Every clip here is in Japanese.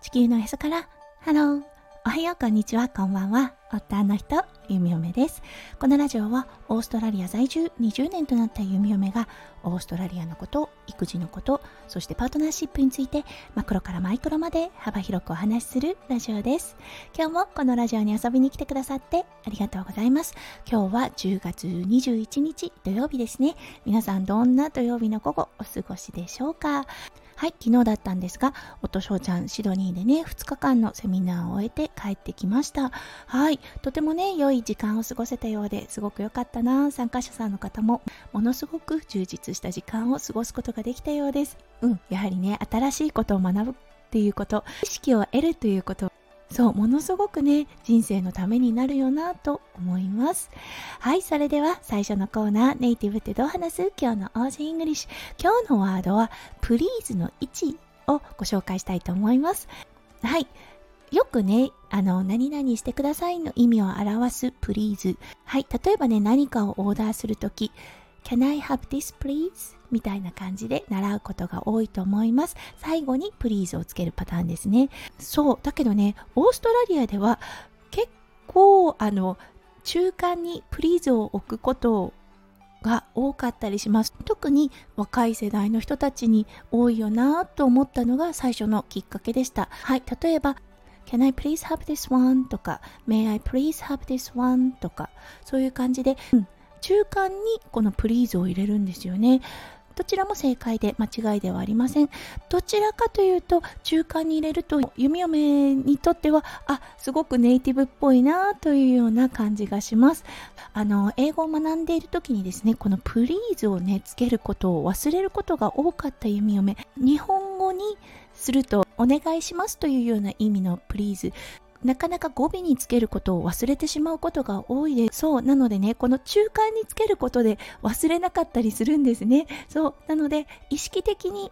地球のへそからハロー、おはよう、こんにちは、こんばんは。夫の人、ゆみおめです。このラジオはオーストラリア在住20年となったゆみおめがオーストラリアのこと、育児のこと、そしてパートナーシップについてマクロからマイクロまで幅広くお話しするラジオです。今日もこのラジオに遊びに来てくださってありがとうございます。今日は10月21日土曜日ですね。皆さんどんな土曜日の午後お過ごしでしょうか。はい、昨日だったんですが、夫翔ちゃんシドニーでね、2日間のセミナーを終えて帰ってきました。はい、とてもね、良い時間を過ごせたようですごく良かったな。参加者さんの方もものすごく充実した時間を過ごすことができたようです。やはりね、新しいことを学ぶっていうこと、知識を得るということ、そう、ものすごくね、人生のためになるよなと思います。はい、それでは最初のコーナー、ネイティブってどう話す？今日の OG イングリッシュ。今日のワードは、please の位置をご紹介したいと思います。はい、よくね、何々してくださいの意味を表す please。はい、例えばね、何かをオーダーするとき、Can I have this please? みたいな感じで習うことが多いと思います。最後に please をつけるパターンですね。そう、だけどね、オーストラリアでは結構中間に please を置くことが多かったりします。特に若い世代の人たちに多いよなと思ったのが最初のきっかけでした。はい、例えばCan I please have this one? とか May I please have this one? とかそういう感じで、中間にこの please を入れるんですよね。どちらも正解で間違いではありません。どちらかというと中間に入れると弓嫁にとってはすごくネイティブっぽいなというような感じがします。英語を学んでいる時にですね、この please をねつけることを忘れることが多かった弓嫁。日本語にするとお願いしますというような意味の please、なかなか語尾につけることを忘れてしまうことが多いです。そうなのでね、この中間につけることで忘れなかったりするんですね。そうなので意識的に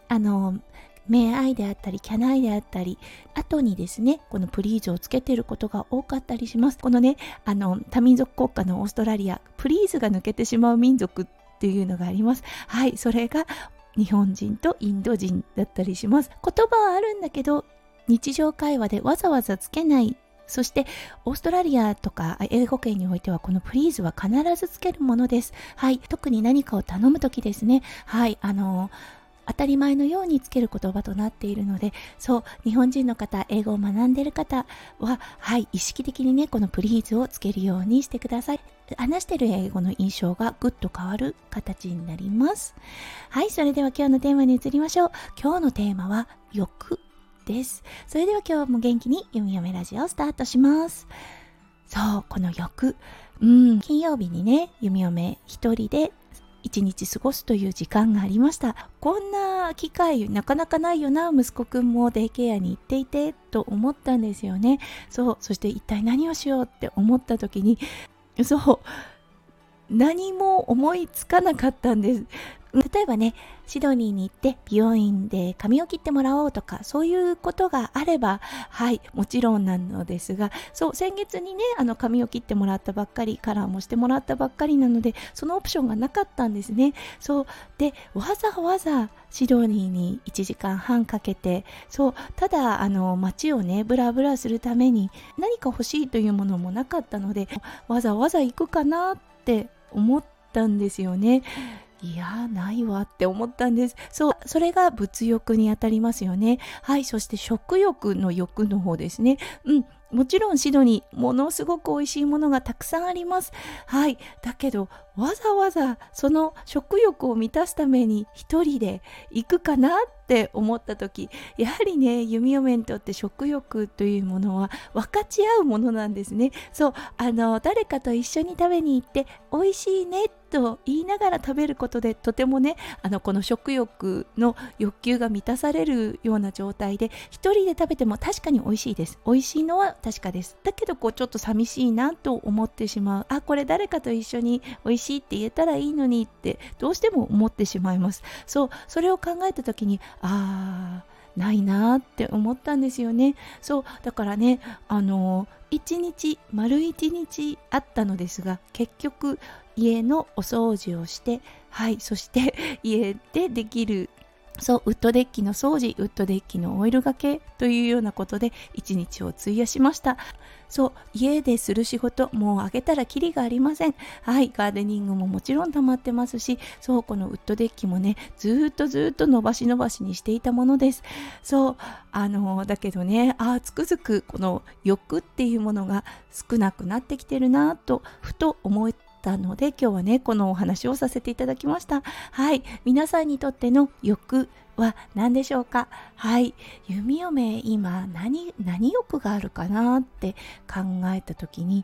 May I であったり Can I であったり後にですね、この Please をつけていることが多かったりします。このね、多民族国家のオーストラリア、Please が抜けてしまう民族っていうのがあります。はい、それが日本人とインド人だったりします。言葉はあるんだけど日常会話でわざわざつけない。そしてオーストラリアとか英語圏においてはこの please は必ずつけるものです。はい、特に何かを頼むときですね。はい、当たり前のようにつける言葉となっているので、そう、日本人の方、英語を学んでいる方は、はい、意識的にね、この please をつけるようにしてください。話している英語の印象がぐっと変わる形になります。はい、それでは今日のテーマに移りましょう。今日のテーマは欲です。それでは今日も元気に弓嫁ラジオをスタートします。そう、この欲、金曜日にね、弓嫁一人で一日過ごすという時間がありました。こんな機会なかなかないよな、息子くんもデイケアに行っていてと思ったんですよね。そう、そして一体何をしようって思った時に、そう何も思いつかなかったんです。例えばね、シドニーに行って美容院で髪を切ってもらおうとか、そういうことがあれば、はい、もちろんなのですが、そう、先月にね、髪を切ってもらったばっかり、カラーもしてもらったばっかりなので、そのオプションがなかったんですね。そう、で、わざわざシドニーに1時間半かけて、そう、ただ、街をね、ブラブラするために、何か欲しいというものもなかったので、わざわざ行くかなって思ったんですよね。いやないわって思ったんです。そう、それが物欲にあたりますよね。はい、そして食欲の欲の方ですね。もちろんシドニーものすごく美味しいものがたくさんあります。はい、だけどわざわざその食欲を満たすために一人で行くかなって思った時、やはりね、弓嫁にとって食欲というものは分かち合うものなんですね。そう、誰かと一緒に食べに行って美味しいねと言いながら食べることで、とてもね、この食欲の欲求が満たされるような状態で、一人で食べても確かに美味しいです。美味しいのは確かです。だけどちょっと寂しいなと思ってしまう。これ誰かと一緒に美味しいって言えたらいいのにってどうしても思ってしまいます。そう、それを考えた時にないなって思ったんですよね。そうだからね、丸一日あったのですが、結局家のお掃除をして、はい、そして家でできるそうウッドデッキの掃除、ウッドデッキのオイルがけというようなことで一日を費やしました。そう家でする仕事、もうあげたらキリがありません。はい、ガーデニングももちろん溜まってますし、そうこのウッドデッキもねずっと伸ばし伸ばしにしていたものです。そうだけどね、つくづくこの欲っていうものが少なくなってきてるなとふと思ったので、今日はねこのお話をさせていただきました。はい、皆さんにとっての欲は何でしょうか。はい、弓嫁今何欲があるかなって考えた時に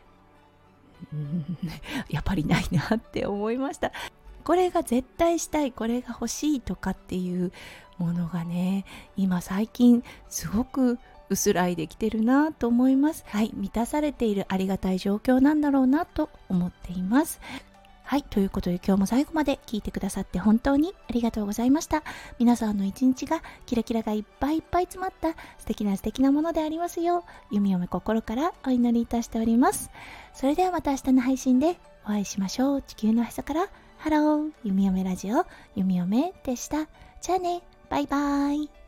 やっぱりないなって思いました。これが絶対したい、これが欲しいとかっていうものがね今最近すごく薄らいできてるなと思います。はい、満たされているありがたい状況なんだろうなと思っています。はい、ということで今日も最後まで聞いてくださって本当にありがとうございました。皆さんの一日がキラキラがいっぱいいっぱい詰まった素敵なものでありますよう、弓嫁心からお祈りいたしております。それではまた明日の配信でお会いしましょう。地球のへそからハロー、弓嫁ラジオ弓嫁でした。じゃあね、バイバイ。